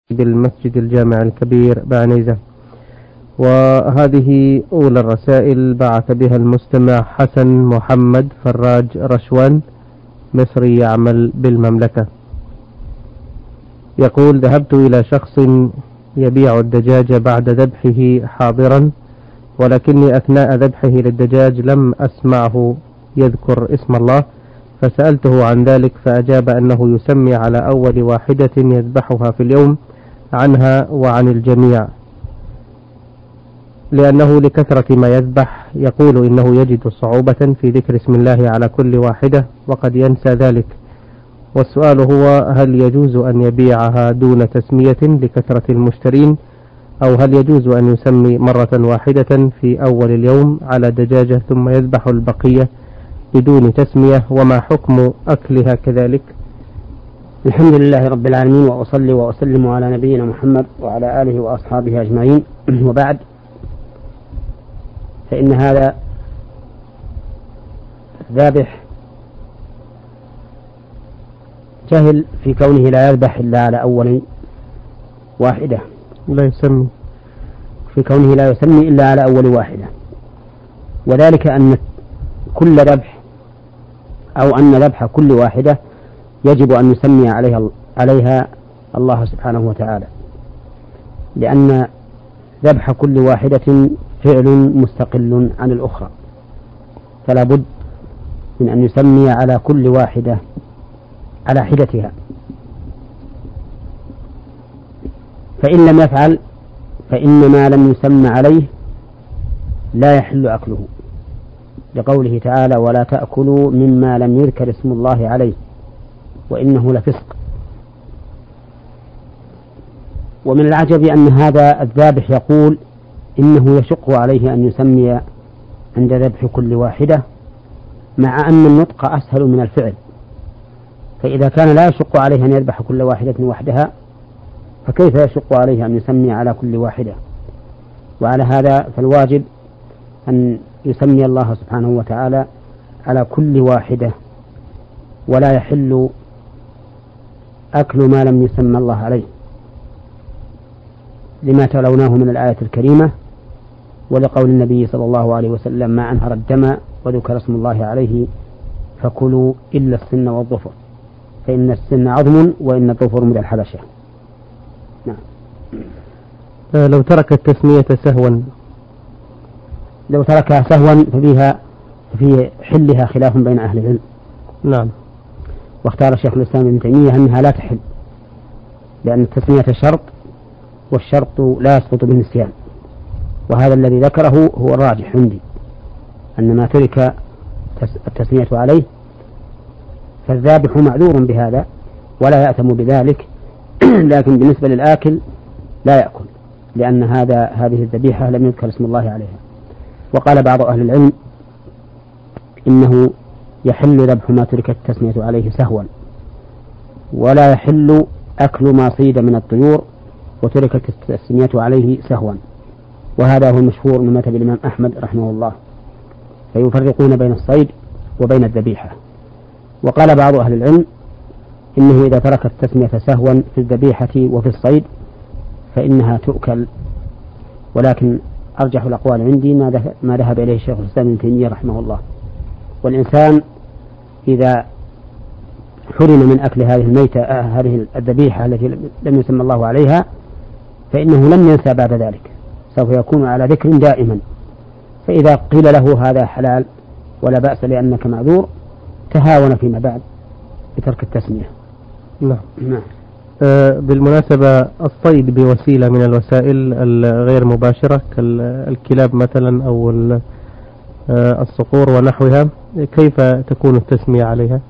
بالمسجد الجامع الكبير بعنيزة. وهذه أولى الرسائل بعث بها المستمع حسن محمد فراج رشوان، مصري يعمل بالمملكة. يقول: ذهبت إلى شخص يبيع الدجاج بعد ذبحه حاضرا، ولكني أثناء ذبحه للدجاج لم أسمعه يذكر اسم الله، فسألته عن ذلك فأجاب أنه يسمي على أول واحدة يذبحها في اليوم عنها وعن الجميع، لأنه لكثرة ما يذبح يقول إنه يجد صعوبة في ذكر اسم الله على كل واحدة وقد ينسى ذلك. والسؤال هو: هل يجوز أن يبيعها دون تسمية لكثرة المشترين، أو هل يجوز أن يسمي مرة واحدة في أول اليوم على دجاجة ثم يذبح البقية بدون تسمية؟ وما حكم أكلها كذلك؟ الحمد لله رب العالمين، وأصلي وأسلم على نبينا محمد وعلى آله وأصحابه أجمعين، وبعد، فإن هذا الذابح جهل في كونه لا يذبح إلا على أول واحدة، لا يسمي، في كونه لا يسمي إلا على أول واحدة، وذلك أن كل ذبح أو أن ذبح كل واحدة يجب أن يسمي عليها الله سبحانه وتعالى، لأن ذبح كل واحدة فعل مستقل عن الأخرى، فلا بد من أن يسمي على كل واحدة على حدتها. فإن لم يفعل فإن ما لم يسمى عليه لا يحل أكله، لقوله تعالى: ولا تأكلوا مما لم يذكر اسم الله عليه وإنه لفسق. ومن العجب أن هذا الذابح يقول إنه يشق عليه أن يسمي عند ذبح كل واحدة، مع أن النطق أسهل من الفعل، فإذا كان لا يشق عليه أن يذبح كل واحدة وحدها فكيف يشق عليه أن يسمي على كل واحدة؟ وعلى هذا فالواجب أن يسمي الله سبحانه وتعالى على كل واحدة، ولا يحل أكل ما لم يسمى الله عليه، لما تلوناه من الآية الكريمة، ولقول النبي صلى الله عليه وسلم: ما أنهر الدم وذكر اسم الله عليه فكلوا إلا السن والظفر، فإن السن عظم وإن الظفر من الحبشة. نعم. لو ترك التسمية سهوا، لو تركها سهوا ففي حلها خلاف بين أهل العلم. نعم. واختار شيخ الإسلام ابن تيمية أنها لا تحل، لأن التسمية شرط، والشرط لا يسقط بالنسيان، وهذا الذي ذكره هو الراجح عندي، أن ما ترك التسمية عليه فالذابح معذور بهذا ولا يأثم بذلك، لكن بالنسبة للآكل لا يأكل، لأن هذه الذبيحة لم يذكر اسم الله عليها. وقال بعض أهل العلم إنه يحل ذبح ما ترك التسمية عليه سهوا، ولا يحل أكل ما صيد من الطيور وتركت التسمية عليه سهوا، وهذا هو المشهور من مذهب الإمام أحمد رحمه الله، فيفرقون بين الصيد وبين الذبيحة. وقال بعض أهل العلم إنه إذا ترك التسمية سهوا في الذبيحة وفي الصيد فإنها تؤكل، ولكن أرجح الأقوال عندي ما ذهب إليه الشيخ الإسلام ابن تيمية رحمه الله. والإنسان إذا حرم من أكل هذه الميتة هذه الذبيحة التي لم يسمى الله عليها فإنه لم ينسى بعد ذلك، سوف يكون على ذكر دائما، فإذا قيل له هذا حلال ولا بأس لأنك معذور تهاون فيما بعد بترك التسمية. نعم. نعم. بالمناسبة الصيد بوسيلة من الوسائل الغير مباشرة كالكلاب مثلا أو الصقور ونحوها، كيف تكون التسمية عليها؟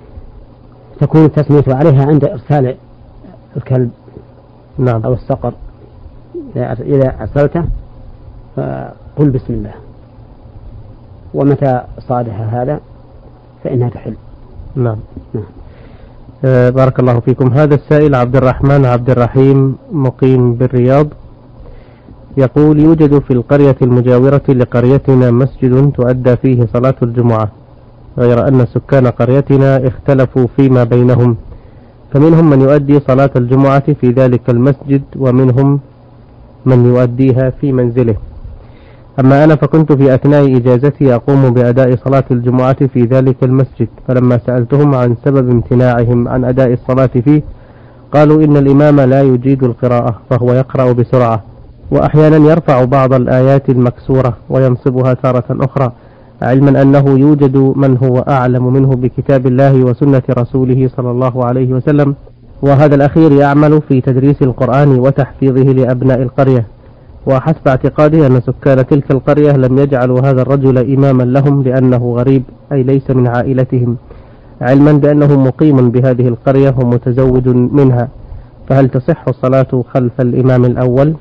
تكون التسمية عليها عند إرسال الكلب. نعم. أو الصقر، إذا أرسلته فقل بسم الله، ومتى صادها هذا فإنها تحل. نعم. نعم. بارك الله فيكم. هذا السائل عبد الرحمن عبد الرحيم مقيم بالرياض، يقول: يوجد في القرية المجاورة لقريتنا مسجد تؤدى فيه صلاة الجمعة، غير أن سكان قريتنا اختلفوا فيما بينهم فمنهم من يؤدي صلاة الجمعة في ذلك المسجد ومنهم من يؤديها في منزله. أما أنا فكنت في أثناء إجازتي أقوم بأداء صلاة الجمعة في ذلك المسجد، فلما سألتهم عن سبب امتناعهم عن أداء الصلاة فيه قالوا إن الإمام لا يجيد القراءة فهو يقرأ بسرعة، وأحيانا يرفع بعض الآيات المكسورة وينصبها تارة أخرى، علما أنه يوجد من هو أعلم منه بكتاب الله وسنة رسوله صلى الله عليه وسلم، وهذا الأخير يعمل في تدريس القرآن وتحفيظه لأبناء القرية، وحسب اعتقاده أن سكان تلك القرية لم يجعلوا هذا الرجل إماما لهم لأنه غريب أي ليس من عائلتهم، علما بأنه مقيم بهذه القرية ومتزوج منها، فهل تصح الصلاة خلف الإمام الأول؟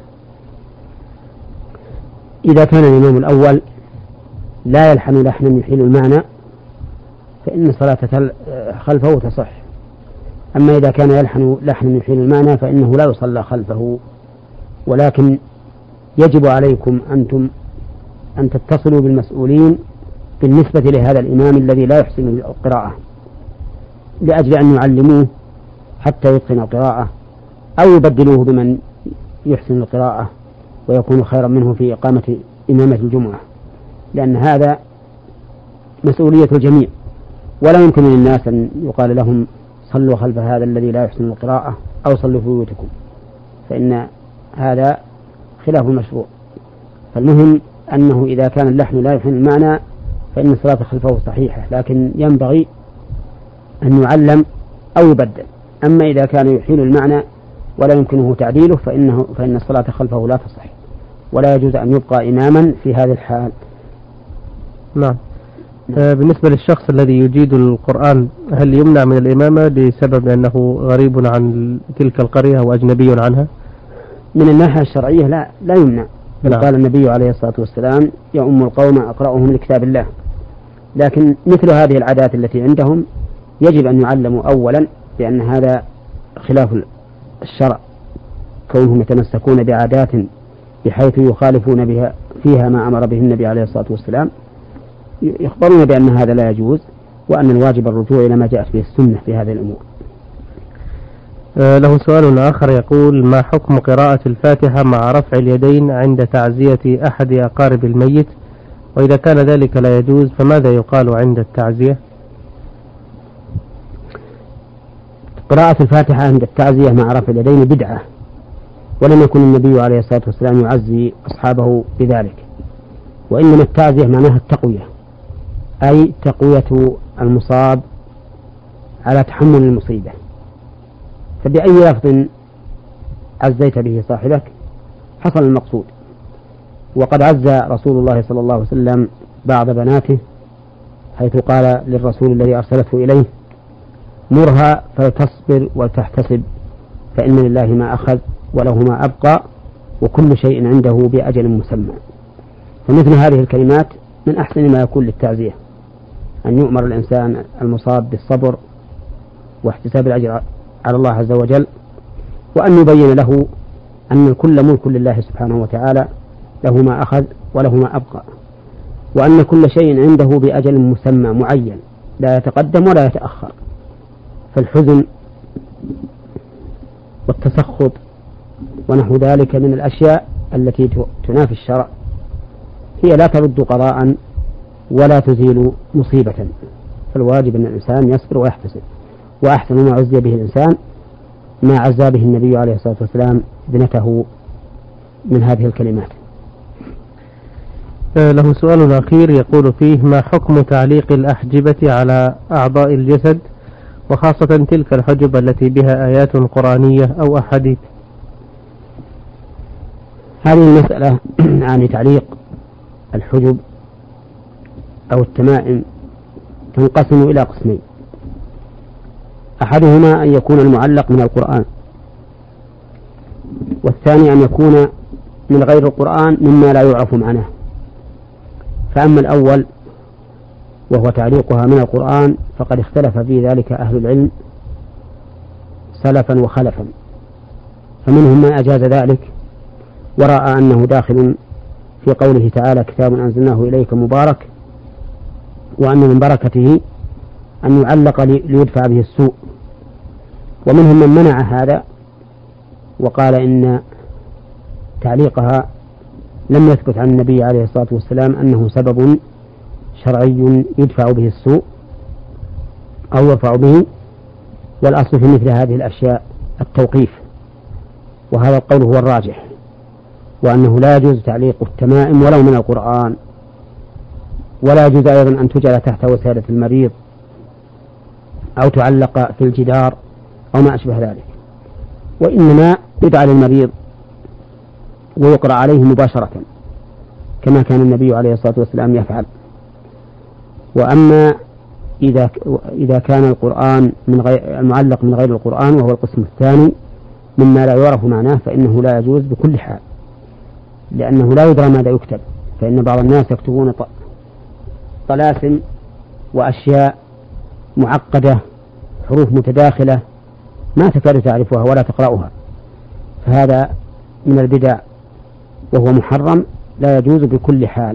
إذا كان الإمام الأول لا يلحن لحنا يحيل المعنى فإن الصلاة خلفه تصح. أما إذا كان يلحن لحنا يحيل المعنى فإنه لا يصلى خلفه، ولكن يجب عليكم أنتم أن تتصلوا بالمسؤولين بالنسبة لهذا الإمام الذي لا يحسن القراءة لأجل أن يعلموه حتى يتقن القراءة، أو يبدلوه بمن يحسن القراءة ويكون خيرا منه في إقامة إمامة الجمعة، لأن هذا مسؤولية الجميع، ولا يمكن للناس أن يقال لهم صلوا خلف هذا الذي لا يحسن القراءة أو صلوا في بيوتكم، فإن هذا خلاف المشروع. فالمهم أنه إذا كان اللحن لا يحسن المعنى فإن الصلاة خلفه صحيحة، لكن ينبغي أن يعلم أو يبدل. أما إذا كان يحيل المعنى ولا يمكنه تعديله فإن الصلاة خلفه لا تصح، ولا يجوز أن يبقى إماما في هذه الحال. نعم. بالنسبة للشخص الذي يجيد القرآن هل يمنع من الإمامة بسبب أنه غريب عن تلك القرية وأجنبي عنها؟ من الناحية الشرعية لا يمنع. نعم. قال النبي عليه الصلاة والسلام يؤم القوم أقرأهم لكتاب الله. لكن مثل هذه العادات التي عندهم يجب أن يعلموا أولا، لأن هذا خلاف الشرع، كونهم يتمسكون بعادات بحيث يخالفون بها فيها ما أمر به النبي عليه الصلاة والسلام، يخبرون بأن هذا لا يجوز، وأن الواجب الرجوع إلى ما جاءت به السنة في هذه الأمور. له سؤال آخر يقول: ما حكم قراءة الفاتحة مع رفع اليدين عند تعزية أحد أقارب الميت؟ وإذا كان ذلك لا يجوز فماذا يقال عند التعزية؟ قراءة الفاتحة عند التعزية مع رفع اليدين بدعة، ولم يكن النبي عليه الصلاة والسلام يعزي أصحابه بذلك، وإنما التعزية معناها التقوية، أي تقوية المصاب على تحمل المصيبة، فبأي لفظ عزيت به صاحبك حصل المقصود. وقد عز رسول الله صلى الله عليه وسلم بعض بناته حيث قال للرسول الذي أرسلته إليه: مرها فلتصبر ولتحتسب، فإن لله ما أخذ وله ما أبقى وكل شيء عنده بأجل مسمى. فمثل هذه الكلمات من أحسن ما يكون للتعزية، أن يؤمر الإنسان المصاب بالصبر واحتساب الأجر على الله عز وجل، وأن يبين له أن الكل ملك لله سبحانه وتعالى، له ما أخذ وله ما أبقى، وأن كل شيء عنده بأجل مسمى معين لا يتقدم ولا يتأخر. فالحزن والتسخط ونحو ذلك من الأشياء التي تنافي الشرع هي لا ترد قضاء ولا تزيل مصيبة، فالواجب أن الإنسان يصبر ويحتسب. وأحسن ما عزي به الإنسان ما عزى به النبي عليه الصلاة والسلام ابنته من هذه الكلمات. له سؤال أخير يقول فيه: ما حكم تعليق الأحجبة على أعضاء الجسد، وخاصة تلك الحجب التي بها آيات قرآنية أو أحاديث؟ هذه المسألة عن تعليق الحجب أو التمائم تنقسم إلى قسمين: أحدهما أن يكون المعلق من القرآن، والثاني أن يكون من غير القرآن مما لا يعرف معناه. فأما الأول وهو تعليقها من القرآن فقد اختلف في ذلك أهل العلم سلفا وخلفا، فمنهم من أجاز ذلك ورأى أنه داخل في قوله تعالى: كتاب أنزلناه إليك مبارك، وأن من بركته أن يعلق ليدفع به السوء، ومنهم من منع هذا وقال إن تعليقها لم يثبت عن النبي عليه الصلاة والسلام أنه سبب شرعي يدفع به السوء أو يرفع به، والأصل في مثل هذه الأشياء التوقيف، وهذا القول هو الراجح، وأنه لا يجوز تعليق التمائم ولو من القرآن، ولا يجوز أيضا أن تجعل تحت وسادة المريض أو تعلق في الجدار أو ما أشبه ذلك، وإنما يدعى للمريض ويقرأ عليه مباشرة كما كان النبي عليه الصلاة والسلام يفعل. وأما إذا كان القرآن المعلق من غير القرآن وهو القسم الثاني مما لا يعرف معناه فإنه لا يجوز بكل حال، لأنه لا يدرى ماذا يكتب، فإن بعض الناس يكتبون طلاسم وأشياء معقدة، حروف متداخلة ما تكاد تعرفها ولا تقرأها، فهذا من البدع وهو محرم لا يجوز بكل حال.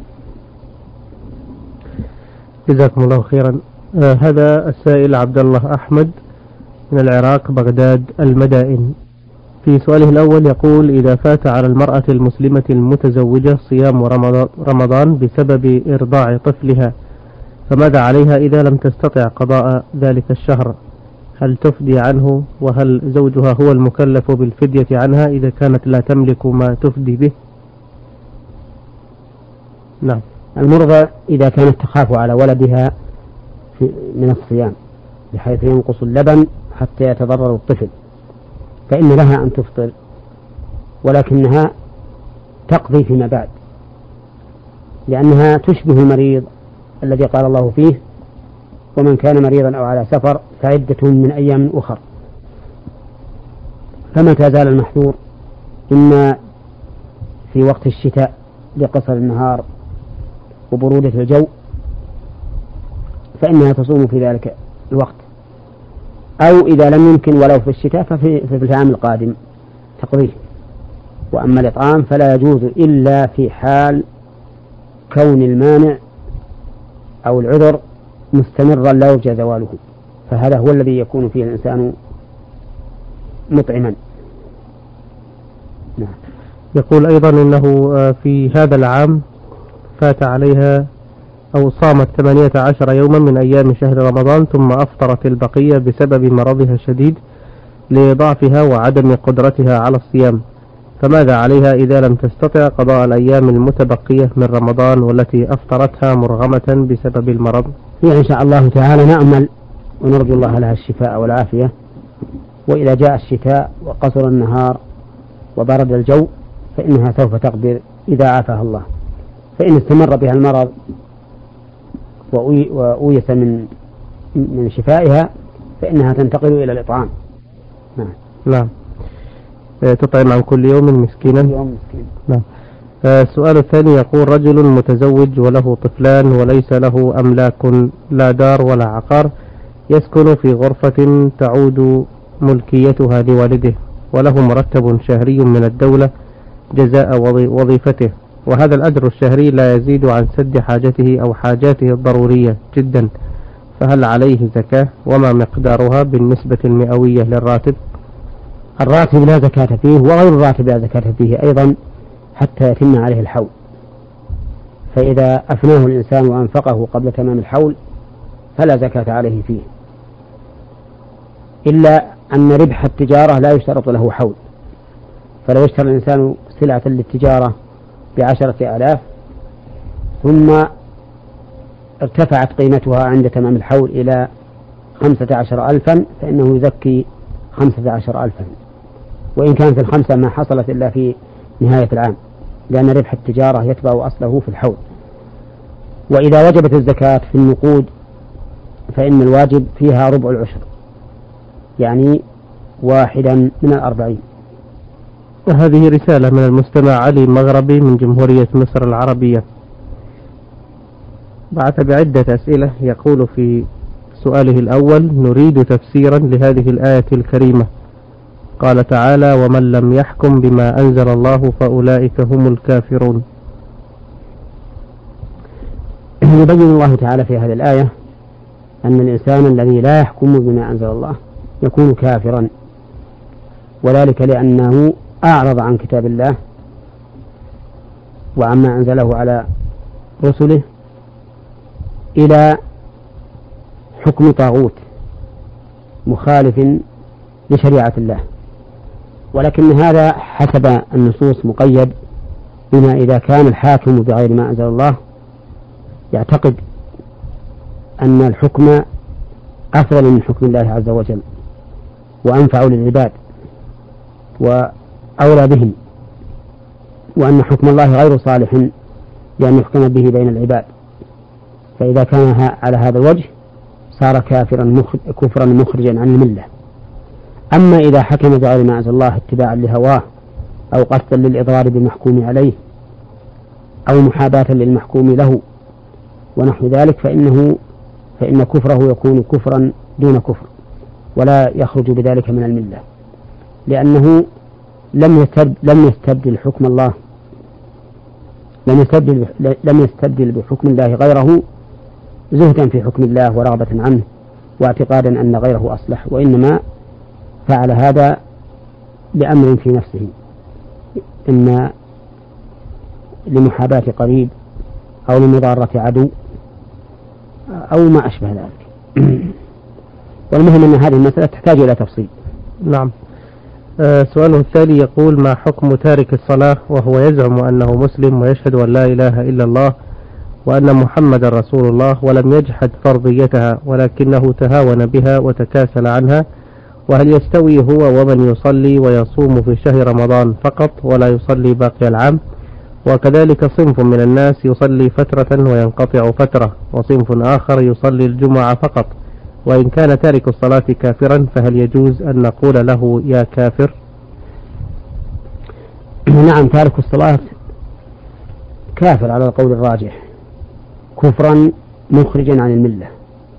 جزاكم الله خيرا. هذا السائل عبد الله أحمد من العراق بغداد المدائن، في سؤاله الأول يقول: إذا فات على المرأة المسلمة المتزوجة صيام رمضان بسبب إرضاع طفلها فماذا عليها إذا لم تستطع قضاء ذلك الشهر؟ هل تفدي عنه؟ وهل زوجها هو المكلف بالفدية عنها إذا كانت لا تملك ما تفدي به؟ نعم. المرضى إذا كانت تخاف على ولدها من الصيام بحيث ينقص اللبن حتى يتضرر الطفل فإن لها أن تفطر، ولكنها تقضي فيما بعد، لأنها تشبه المريض الذي قال الله فيه: ومن كان مريضا أو على سفر فعدة من أيام أخر. فمتى زال المحظور إما في وقت الشتاء لقصر النهار وبرودة الجو فإنها تصوم في ذلك الوقت، أو إذا لم يمكن ولو في الشتاء ففي العام القادم تقضيه. وأما الإطعام فلا يجوز إلا في حال كون المانع أو العذر مستمرا لا يرجى زواله، فهذا هو الذي يكون فيه الإنسان مطعما. نعم. يقول أيضا إنه في هذا العام فات عليها أو صامت 18 يوما من أيام شهر رمضان ثم أفطرت البقية بسبب مرضها الشديد لضعفها وعدم قدرتها على الصيام، فماذا عليها إذا لم تستطع قضاء الأيام المتبقية من رمضان والتي أفطرتها مرغمة بسبب المرض؟ إن شاء الله تعالى نأمل ونرجو الله لها الشفاء والعافية، وإذا جاء الشتاء وقصر النهار وبرد الجو فإنها سوف تقدر إذا عافاها الله. فإن استمر بها المرض وأويس من شفائها فإنها تنتقل إلى الإطعام. نعم. تطعم عن كل يوم مسكينا. نعم. السؤال الثاني يقول: رجل متزوج وله طفلان وليس له أملاك لا دار ولا عقار، يسكن في غرفة تعود ملكيتها لوالده، وله مرتب شهري من الدولة جزاء وظيفته، وهذا الأجر الشهري لا يزيد عن سد حاجته أو حاجاته الضرورية جدا، فهل عليه زكاة؟ وما مقدارها بالنسبة المئوية للراتب؟ الراتب لا زكاة فيه، وغير الراتب لا زكاة فيه أيضا حتى يتم عليه الحول، فإذا أفناه الإنسان وأنفقه قبل تمام الحول فلا زكاة عليه فيه، إلا أن ربح التجارة لا يشترط له حول، فلو اشترى الإنسان سلعة للتجارة ب10,000 ثم ارتفعت قيمتها عند تمام الحول إلى 15,000 فإنه يزكي 15,000، وإن كانت الخمسة ما حصلت إلا في نهاية العام، لأن ربح التجارة يتبع أصله في الحول. وإذا وجبت الزكاة في النقود فإن الواجب فيها ربع العشر، يعني 1/40. وهذه رسالة من المستمع علي مغربي من جمهورية مصر العربية، بعث بعدة أسئلة. يقول في سؤاله الأول: نريد تفسيرا لهذه الآية الكريمة، قال تعالى: ومن لم يحكم بما أنزل الله فأولئك هم الكافرون. يبين الله تعالى في هذه الآية أن الإنسان الذي لا يحكم بما أنزل الله يكون كافرا، وذلك لأنه أعرض عن كتاب الله وعما أنزله على رسله إلى حكم طاغوت مخالف لشريعة الله. ولكن هذا حسب النصوص مقيد بما إذا كان الحاكم بغير ما أنزل الله يعتقد أن الحكم أفضل من حكم الله عز وجل وأنفع للعباد وأولى بهم، وأن حكم الله غير صالح لأن يحكم به بين العباد، فإذا كان على هذا الوجه صار كفرا مخرجا عن الملة. أما إذا حكم بغير ما أنزل الله اتباعا لهواه أو قصدا للإضرار بالمحكوم عليه أو محاباة للمحكوم له ونحو ذلك فإن كفره يكون كفرا دون كفر ولا يخرج بذلك من الملة، لأنه لم يستبدل حكم الله، لم يستبدل بحكم الله غيره زهدا في حكم الله ورغبة عنه واعتقادا أن غيره أصلح، وإنما فعل هذا لأمر في نفسه، إما لمحاباة قريب أو لمضارة عدو أو ما أشبه ذلك. والمهم أن هذه المسألة تحتاج إلى تفصيل. نعم. سؤاله التالي يقول: ما حكم تارك الصلاة وهو يزعم أنه مسلم ويشهد أن لا إله إلا الله وأن محمد رسول الله ولم يجحد فرضيتها ولكنه تهاون بها وتكاسل عنها، وهل يستوي هو ومن يصلي ويصوم في شهر رمضان فقط ولا يصلي باقي العام؟ وكذلك صنف من الناس يصلي فترة وينقطع فترة، وصنف آخر يصلي الجمعة فقط، وإن كان تارك الصلاة كافرا فهل يجوز أن نقول له يا كافر؟ نعم، تارك الصلاة كافر على القول الراجح، كفرا مخرجا عن الملة،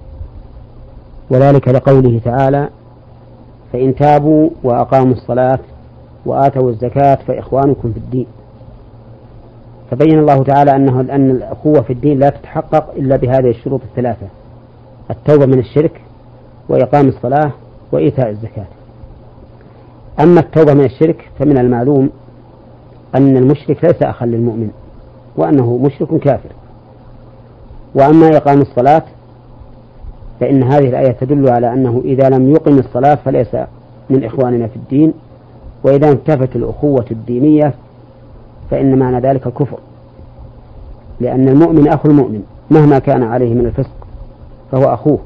وذلك لقوله تعالى: فإن تابوا وأقاموا الصلاة وآتوا الزكاة فإخوانكم في الدين. فبين الله تعالى أن الأخوة في الدين لا تتحقق إلا بهذه الشروط الثلاثة: التوبة من الشرك وإقام الصلاة وإيتاء الزكاة. أما التوبة من الشرك فمن المعلوم أن المشرك ليس أخا للمؤمن وأنه مشرك كافر. وأما إقام الصلاة فإن هذه الآية تدل على أنه إذا لم يقم الصلاة فليس من إخواننا في الدين، وإذا انتفت الأخوة الدينية فإن معنى ذلك الكفر، لأن المؤمن أخو المؤمن مهما كان عليه من الفسق فهو أخوه.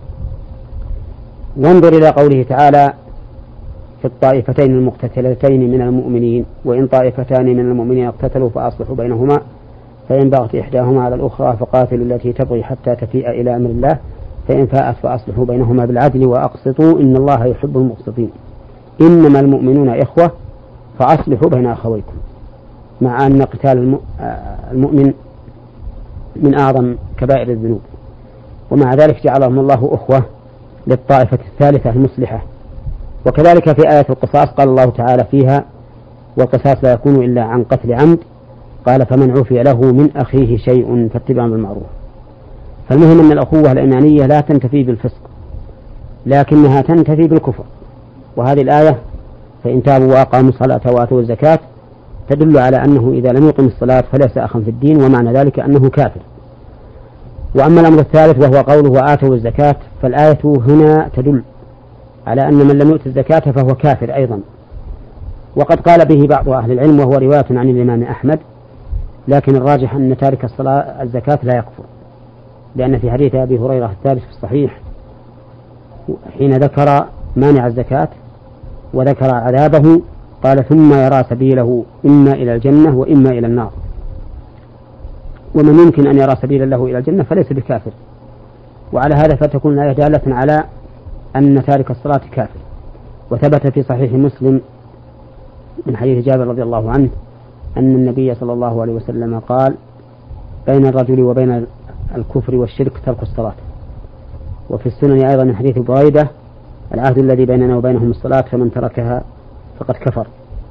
وانظر إلى قوله تعالى: في الطائفتين المقتتلتين من المؤمنين وإن طائفتان من المؤمنين اقتتلوا فأصلحوا بينهما فإن بغت إحداهما على الأخرى فقاتلوا التي تبغي حتى تفيء إلى أمر الله فإن فاءت فأصلحوا بينهما بالعدل وأقسطوا إن الله يحب المقسطين إنما المؤمنون إخوة فأصلحوا بين أخويكم، مع أن قتال المؤمن من أعظم كبائر الذنوب، ومع ذلك جعلهم الله أخوة للطائفة الثالثة المصلحة. وكذلك في آية القصاص قال الله تعالى فيها: والقصاص لا يكون إلا عن قتل عمد، قال فمن عفي له من أخيه شيء فاتباع بالمعروف. فالمهم أن الأخوة الإيمانية لا تنتفي بالفسق لكنها تنتفي بالكفر، وهذه الآية فإن تابوا وأقاموا الصلاة وآتوا الزكاة تدل على أنه إذا لم يقم الصلاة فليس أخا في الدين، ومعنى ذلك أنه كافر. وأما الأمر الثالث وهو قوله وآتوا الزكاة، فالآية هنا تدل على أن من لم يؤت الزكاة فهو كافر أيضا، وقد قال به بعض أهل العلم وهو رواية عن الإمام أحمد، لكن الراجح أن تارك الزكاة لا يكفر، لأن في حديث أبي هريرة الثابت في الصحيح حين ذكر مانع الزكاة وذكر عذابه قال: ثم يرى سبيله إما إلى الجنة وإما إلى النار. ومن يمكن أن يرى سبيلا له إلى الجنة فليس بكافر. وعلى هذا فتكون الآية دالة على أن تارك الصلاة كافر. وثبت في صحيح مسلم من حديث جابر رضي الله عنه أن النبي صلى الله عليه وسلم قال: بين الرجل وبين الكفر والشرك ترك الصلاة. وفي السنن أيضا من حديث بريدة: العهد الذي بيننا وبينهم الصلاة فمن تركها فقد كفر.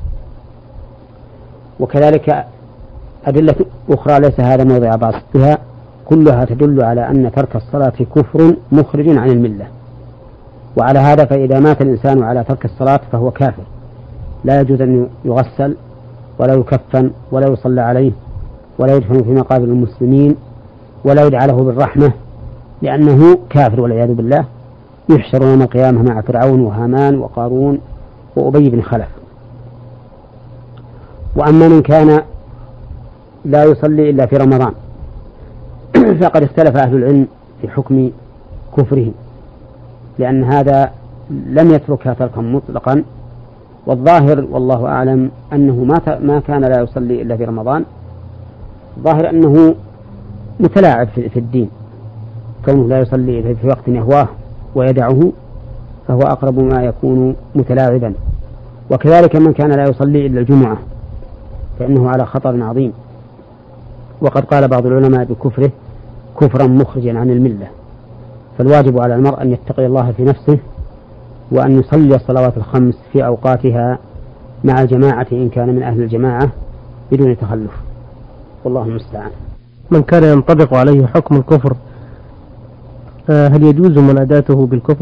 وكذلك أدلة أخرى ليس هذا موضع باسطها كلها تدل على أن ترك الصلاة كفر مخرج عن الملة، وعلى هذا فإذا مات الإنسان على ترك الصلاة فهو كافر، لا يجوز أن يغسل ولا يكفن ولا يصلى عليه ولا يدفن في مقابر المسلمين ولا يدعى له بالرحمة، لأنه كافر والعياذ بالله، يحشر يوم القيامة مع فرعون وهامان وقارون وأبي بن خلف. وأما من كان لا يصلي إلا في رمضان فقد اختلف أهل العلم في حكم كفره، لأن هذا لم يتركها تركا مطلقا، والظاهر والله أعلم أنه ما كان لا يصلي إلا في رمضان، الظاهر أنه متلاعب في الدين، كونه لا يصلي في وقت يهواه ويدعه فهو أقرب ما يكون متلاعبا. وكذلك من كان لا يصلي إلا الجمعة فإنه على خطر عظيم، وقد قال بعض العلماء بكفره كفرا مخرجا عن الملة. فالواجب على المرء أن يتقي الله في نفسه وأن يصلي الصلوات الخمس في أوقاتها مع الجماعة إن كان من أهل الجماعة بدون تخلف، والله المستعان. من كان ينطبق عليه حكم الكفر هل يجوز مناداته بالكفر؟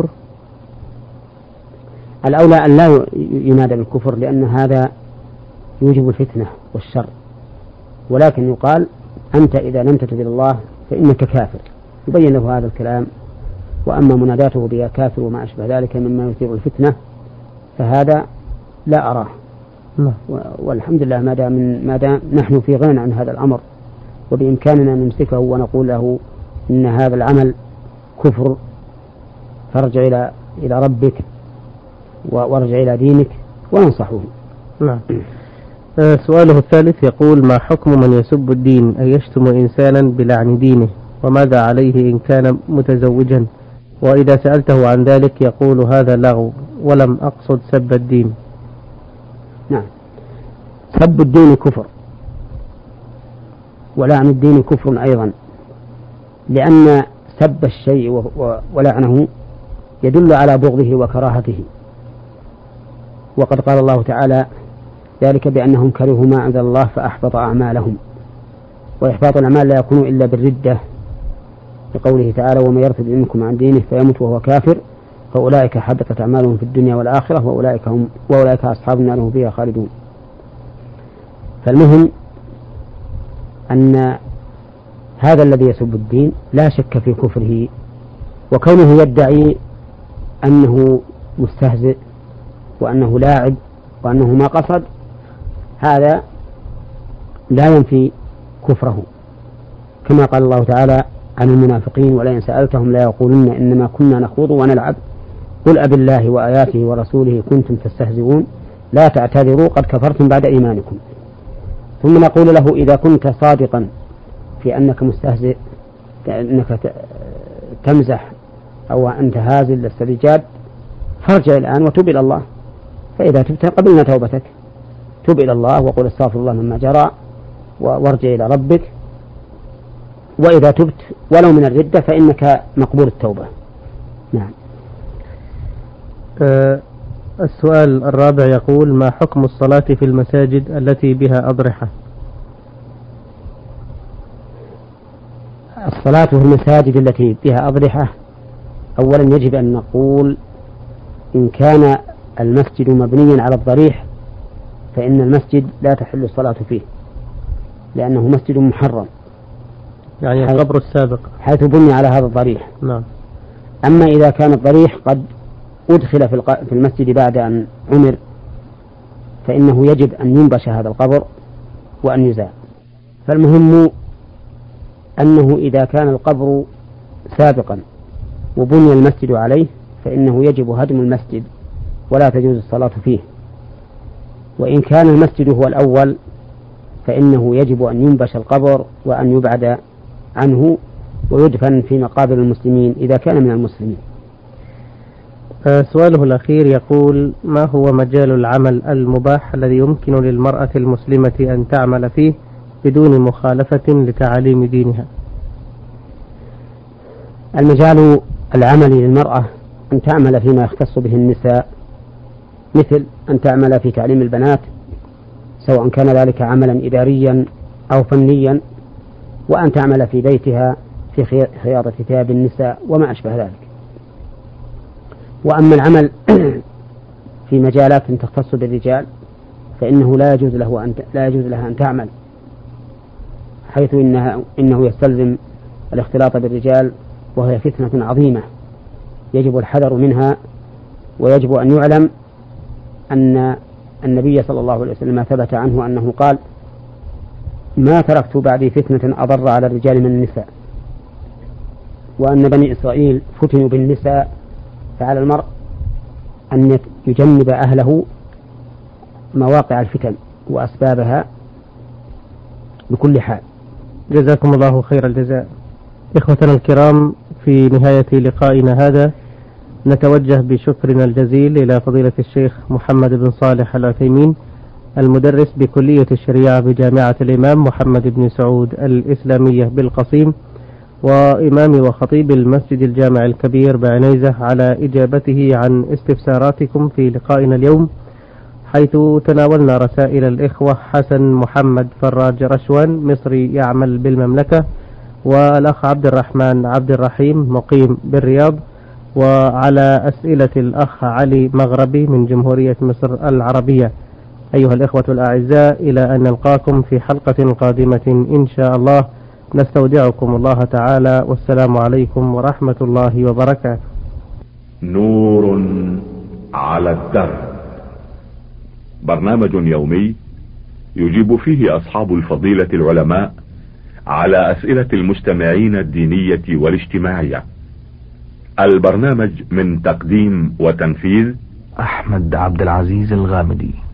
الأولى أن لا ينادى بالكفر، لأن هذا يوجب الفتنة والشر، ولكن يقال أنت إذا لم تتب إلى الله فإنك كافر، يبين له هذا الكلام. وأما مناداته بها كافر وما أشبه ذلك مما يثير الفتنة فهذا لا أراه. والحمد لله ما دام نحن في غنى عن هذا الأمر وبإمكاننا أن نمسكه ونقول له إن هذا العمل كفر فارجع إلى ربك وارجع إلى دينك وننصحه. نعم. سؤاله الثالث يقول: ما حكم من يسب الدين أي يشتم إنسانا بلعن دينه، وماذا عليه إن كان متزوجا؟ وإذا سألته عن ذلك يقول هذا لغو ولم أقصد سب الدين. نعم، سب الدين كفر ولعن الدين كفر أيضا، لأن سب الشيء ولعنه يدل على بغضه وكراهته، وقد قال الله تعالى ذلك بأنهم كرهوا ما أنزل الله فأحبط أعمالهم، وإحباط الأعمال لا يكون إلا بالردة، لقوله تعالى ومن يرتد منكم عن دينه فيمت وهو كافر فأولئك حبطت أعمالهم في الدنيا والآخرة وأولئك أصحاب النار هم فيها خالدون. فالمهم أن هذا الذي يسب الدين لا شك في كفره، وكونه يدعي أنه مستهزئ وأنه لاعب وأنه ما قصد هذا لا ينفي كفره، كما قال الله تعالى عن المنافقين ولئن سألتهم لا يقولن إنما كنا نخوض ونلعب قل أب الله وآياته ورسوله كنتم تستهزئون لا تعتذروا قد كفرتم بعد إيمانكم. ثم نقول له إذا كنت صادقا في أنك مستهزئ أنك تمزح أو أنت هازل لست بجاد فارجع الآن وتوب إلى الله، فإذا تبت قبلنا توبتك، توب إلى الله وقل استغفر الله مما جرى وارجع إلى ربك، وإذا تبت ولو من الردة فإنك مقبول التوبة. نعم. السؤال الرابع يقول: ما حكم الصلاة في المساجد التي بها أضرحة؟ الصلاة في المساجد التي بها أضرحة، أولا يجب أن نقول إن كان المسجد مبنيا على الضريح فإن المسجد لا تحل الصلاة فيه لأنه مسجد محرم، يعني القبر السابق حيث بني على هذا الضريح. نعم. أما إذا كان الضريح قد أدخل في المسجد بعد أن عمر فإنه يجب أن ينبش هذا القبر وأن يزال. فالمهم أنه إذا كان القبر سابقا وبني المسجد عليه فإنه يجب هدم المسجد ولا تجوز الصلاة فيه، وإن كان المسجد هو الأول فإنه يجب أن ينبش القبر وأن يبعد عنه ويدفن في مقابر المسلمين إذا كان من المسلمين. سؤاله الأخير يقول: ما هو مجال العمل المباح الذي يمكن للمرأة المسلمة أن تعمل فيه بدون مخالفة لتعاليم دينها؟ المجال العملي للمرأة أن تعمل فيما يختص به النساء، مثل أن تعمل في تعليم البنات سواء كان ذلك عملا إداريا أو فنيا، وأن تعمل في بيتها في خياطة ثياب النساء وما أشبه ذلك. وأما العمل في مجالات تختص بالرجال فإنه لا يجوز لها أن تعمل، حيث إنه يستلزم الاختلاط بالرجال، وهي فتنة عظيمة يجب الحذر منها. ويجب أن يعلم أن النبي صلى الله عليه وسلم ثبت عنه أنه قال: ما تركت بعدي فتنة أضر على الرجال من النساء. وأن بني إسرائيل فتنوا بالنساء، فعلى المرء أن يجنب أهله مواقع الفتن وأسبابها بكل حال. جزاكم الله خير الجزاء. إخوتنا الكرام، في نهاية لقائنا هذا نتوجه بشكرنا الجزيل إلى فضيلة الشيخ محمد بن صالح العثيمين، المدرس بكلية الشريعة بجامعة الإمام محمد بن سعود الإسلامية بالقصيم، وإمام وخطيب المسجد الجامع الكبير بعنيزة، على إجابته عن استفساراتكم في لقائنا اليوم، حيث تناولنا رسائل الإخوة حسن محمد فراج رشوان مصري يعمل بالمملكة، والأخ عبد الرحمن عبد الرحيم مقيم بالرياض، وعلى أسئلة الأخ علي مغربي من جمهورية مصر العربية. أيها الإخوة الأعزاء، إلى أن نلقاكم في حلقة قادمة إن شاء الله، نستودعكم الله تعالى، والسلام عليكم ورحمة الله وبركاته. نور على الدرب، برنامج يومي يجيب فيه أصحاب الفضيلة العلماء على أسئلة المستمعين الدينية والاجتماعية. البرنامج من تقديم وتنفيذ أحمد عبد العزيز الغامدي.